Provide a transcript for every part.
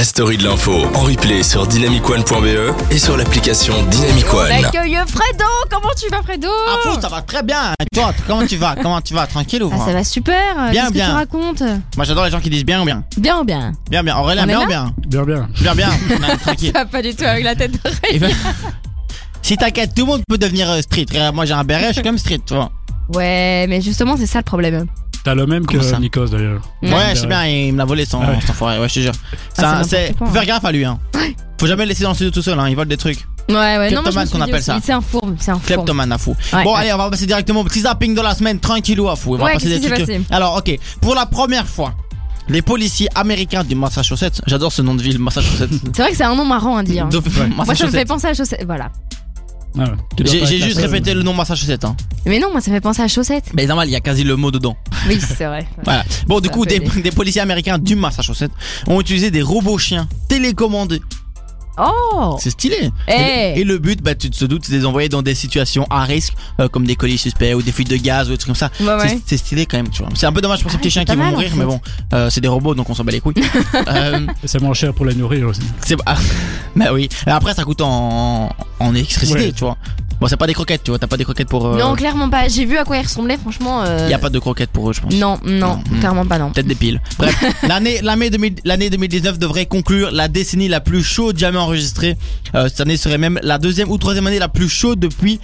La story de l'info en replay sur dynamicone.be et sur l'application Dynamic On One. accueille Fredo. Comment tu vas, Fredo? Ah fou, ça va très bien. Et toi, comment tu vas? Tranquille ou Ça va super. Bien, Qu'est-ce bien. que tu racontes? Moi j'adore les gens qui disent bien ou bien. Bien ou bien? Bien. Aurélien, On est bien là ou bien? Bien. Bien. Non, tranquille. Ça va pas du tout avec la tête Et d'oreille. ben, si t'inquiètes, tout le monde peut devenir street. Regarde, moi j'ai un béret, je suis comme street, tu vois. Ouais, mais justement, c'est ça le problème. T'as le même Comment ça que Nikos d'ailleurs. Ouais, je sais bien, il me l'a volé son enfoiré, ouais, je te jure. Ah, c'est n'importe quoi, Faut faire gaffe à lui, hein. Faut jamais le laisser dans le studio tout seul, hein, il vole des trucs. Ouais, non, moi je me Kleptomane suis qu'on dit appelle aussi, ça. c'est un fourbe, Kleptomane à fou. Ouais, Bon, ouais. allez, on va passer directement au petit zapping de la semaine, tranquillou à fou. On va Ouais, passer qu'est-ce des qui s'est trucs. passé Alors, ok, pour la première fois, les policiers américains du Massachusetts, j'adore ce nom de ville, Massachusetts. C'est vrai que c'est un nom marrant à dire. De- Moi, ça me fait Massachusetts. penser à chaussette. Voilà. Ah ouais. Tu dois pas J'ai être juste la seule. répété le nom Massachusetts, hein. Mais non, moi, ça fait penser à chaussette. Mais normal, il y a quasi le mot dedans. Oui, c'est vrai. Voilà. Bon, du Ça coup, peut aider. des policiers américains du Massachusetts ont utilisé des robots chiens télécommandés. Oh! C'est stylé. Hey. Et le but, bah, tu te doutes, c'est de les envoyer dans des situations à risque, comme des colis suspects ou des fuites de gaz ou des trucs comme ça. Ouais. C'est stylé quand même, tu vois. C'est un peu dommage pour ces Ah, petits chiens c'est qui pas vont mal, mourir, en mais fait. bon, c'est des robots donc on s'en bat les couilles. C'est moins cher pour les nourrir aussi. C'est bah oui. Mais après, ça coûte en électricité, Ouais. tu vois. Bon, c'est pas des croquettes, tu vois. T'as pas des croquettes pour. Non, clairement pas. J'ai vu à quoi il ressemblait, franchement. Y a pas de croquettes pour eux, je pense. Non, clairement pas, non. Peut-être des piles. Bref, l'année 2019 devrait conclure la décennie la plus chaude jamais enregistrée. Cette année serait même la deuxième ou troisième année la plus chaude depuis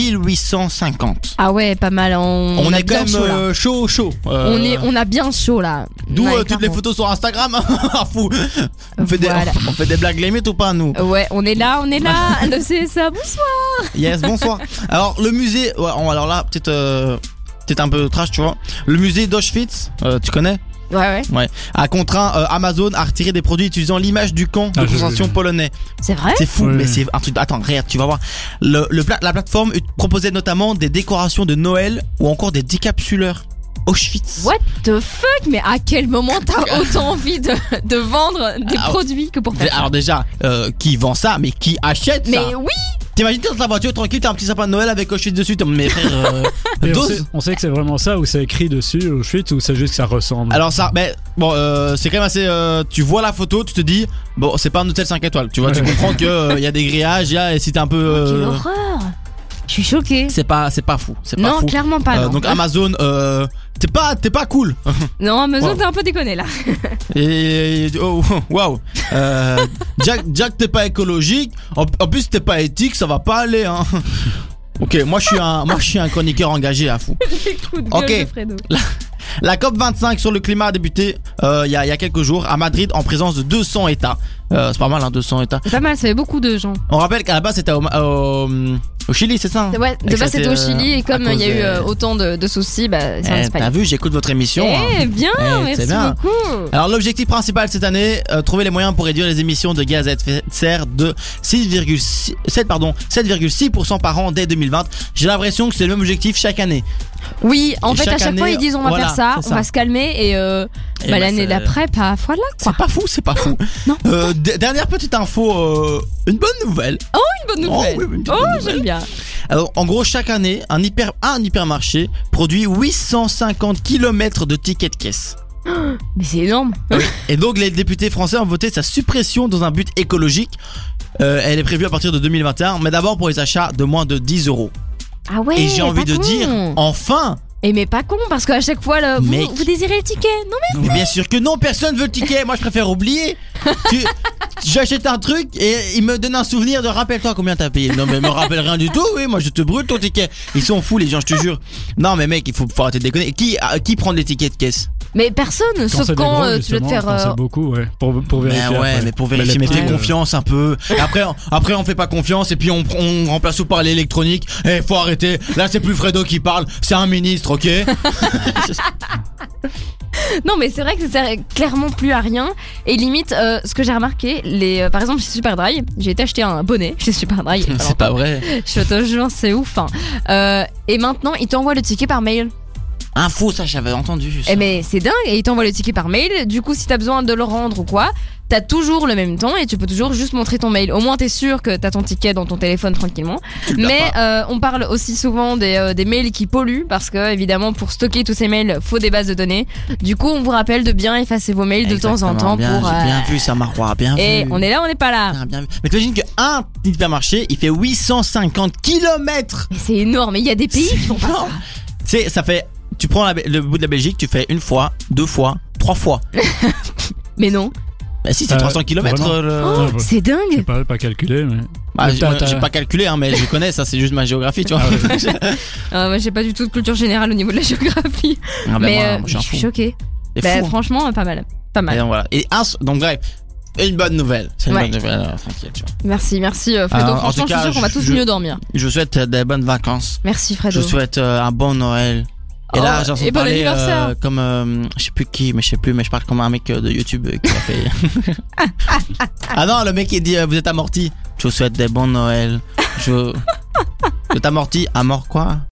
1850. Ah ouais, pas mal. On a est bien quand chaud, là. même chaud. On a bien chaud là. D'où Ouais, toutes les clairement. photos sur Instagram. Ah, fou. On fait, Voilà. on fait des blagues limites ou pas, nous? Ouais, on est là. Le CSA, bonsoir. Yes, bonsoir. Alors, le musée. Ouais, alors là, peut-être un peu trash, tu vois. Le musée d'Auschwitz, tu connais? Ouais. Ouais. A contraint Amazon à retirer des produits utilisant l'image du camp de Ah, concentration polonais. C'est vrai? C'est fou, Ouais. mais c'est un truc. Attends, regarde, tu vas voir. La plateforme proposait notamment des décorations de Noël ou encore des décapsuleurs. Auschwitz. What the fuck? Mais à quel moment t'as autant envie de vendre des Ah, produits que pour faire ça? Alors déjà, qui vend ça, mais qui achète ça? Mais oui! T'imagines, t'es dans ta voiture tranquille, t'as un petit sapin de Noël avec Auschwitz dessus, t'es mes frères. Et dose. on sait que c'est vraiment ça ou c'est écrit dessus au chute ou c'est juste que ça ressemble. Alors ça, mais bon, c'est quand même assez. Tu vois la photo, tu te dis, bon, c'est pas un hôtel 5 étoiles. Tu vois, tu Ouais. comprends que y a des grillages, et si t'es un peu. Quelle horreur! Je suis choquée. C'est pas fou. C'est pas Non, fou. clairement pas. Non. Donc Amazon, t'es pas cool. Non, Amazon, Wow. t'es un peu déconné là. Et oh, waouh. Jack, t'es pas écologique. En plus, t'es pas éthique, ça va pas aller, hein. Ok, moi je suis un chroniqueur engagé à fou. Coup de Ok. gueule de Fredo. La COP25 sur le climat a débuté il y a quelques jours à Madrid en présence de 200 États. C'est pas mal, hein, 200 États. C'est pas mal, ça fait beaucoup de gens. On rappelle qu'à la base c'était au Chili, c'est ça, hein? Ouais, de Et que base c'était au c'était, Chili et comme à il y a cause eu autant de soucis, bah c'est en T'as Espagne. vu, j'écoute votre émission. Eh hein. bien, Eh, merci c'est bien. beaucoup. Alors l'objectif principal cette année, trouver les moyens pour réduire les émissions de gaz à effet de serre de 7,6% par an dès 2020. J'ai l'impression que c'est le même objectif chaque année. Oui, en Et fait à chaque chaque fois année, ils disent on va voilà, faire ça, c'est on ça. va se calmer et bah, l'année c'est- d'après, pas voilà quoi. C'est pas fou. Non. Dernière petite info, une bonne nouvelle. Une bonne nouvelle. Oh, oui, une bonne Oh, nouvelle. j'aime bien. Alors, en gros, chaque année, un hypermarché produit 850 km de tickets de caisse. Mais c'est énorme. Et donc, les députés français ont voté sa suppression dans un but écologique. Elle est prévue à partir de 2021, mais d'abord pour les achats de moins de 10 euros. Ah ouais. Et j'ai envie pas de con. dire, enfin. Et mais pas con parce qu'à chaque fois là, Mec. vous désirez le ticket. Non Mais bien sûr que non, personne veut le ticket. Moi, je préfère oublier. J'achète un truc et il me donne un souvenir de rappelle-toi combien t'as payé. Non, mais me rappelle rien du tout. Oui, moi, je te brûle ton ticket. Ils sont fous, les gens, je te jure. Non, mais mec, il faut arrêter de déconner. Qui prend les tickets de caisse? mais personne, sauf c'est des quand gros, tu veux te justement, faire. quand c'est beaucoup, ouais. Pour Mais vérifier. ouais, après. mais pour vérifier, mais les fais petits, confiance un peu. Après, on fait pas confiance et puis on remplace tout par l'électronique. Eh, faut arrêter. Là, c'est plus Fredo qui parle, c'est un ministre, ok? Non, mais c'est vrai que ça sert clairement plus à rien. Et limite, ce que j'ai remarqué, par exemple chez Superdry, j'ai été acheter un bonnet chez Superdry. C'est pas vrai. Je te jure, c'est ouf. Hein. Et maintenant, ils t'envoient le ticket par mail. Info, ça, j'avais entendu. Ça. Eh mais c'est dingue. Et ils t'envoient le ticket par mail. Du coup, si t'as besoin de le rendre ou quoi, t'as toujours le même temps et tu peux toujours juste montrer ton mail. Au moins t'es sûr que t'as ton ticket dans ton téléphone tranquillement. Mais on parle aussi souvent des mails qui polluent parce que évidemment pour stocker tous ces mails faut des bases de données. Du coup on vous rappelle de bien effacer vos mails de temps en temps bien, pour. J'ai bien vu ça, Marois, bien Et vu. on est là, on n'est pas là. Bien vu. Mais t'imagines qu'un hypermarché il fait 850 km. Mais c'est énorme. Il y a des pays qui font pas ça. C'est ça fait. Tu prends le bout de la Belgique, tu fais une fois, 2 fois, 3 fois. Mais non. Bah si, c'est 300 km. vraiment C'est J'ai dingue. pas calculé, mais. Bah, Mais j'ai pas calculé, hein, mais je connais, ça c'est juste ma géographie, tu vois. Moi j'ai pas du tout de culture générale au niveau de la géographie. Ah, bah, Mais moi, je j'en suis fous. choquée. C'est Bah, fou, hein. franchement, pas mal. Pas Et mal. donc, voilà. Donc bref, une bonne nouvelle. C'est une Ouais. bonne nouvelle, tranquille, tu vois. Merci Fredo. En Franchement, tout je cas, suis sûr qu'on va tous mieux dormir. Je souhaite des bonnes vacances. Merci Fredo. Je souhaite un bon Noël. Et Oh, là, j'ai entendu et bon parler anniversaire. comme je sais plus qui, mais je parle comme un mec de YouTube qui a fait. Ah non, le mec il dit vous êtes amorti. Je vous souhaite des bons Noël. Vous êtes amorti, à mort quoi?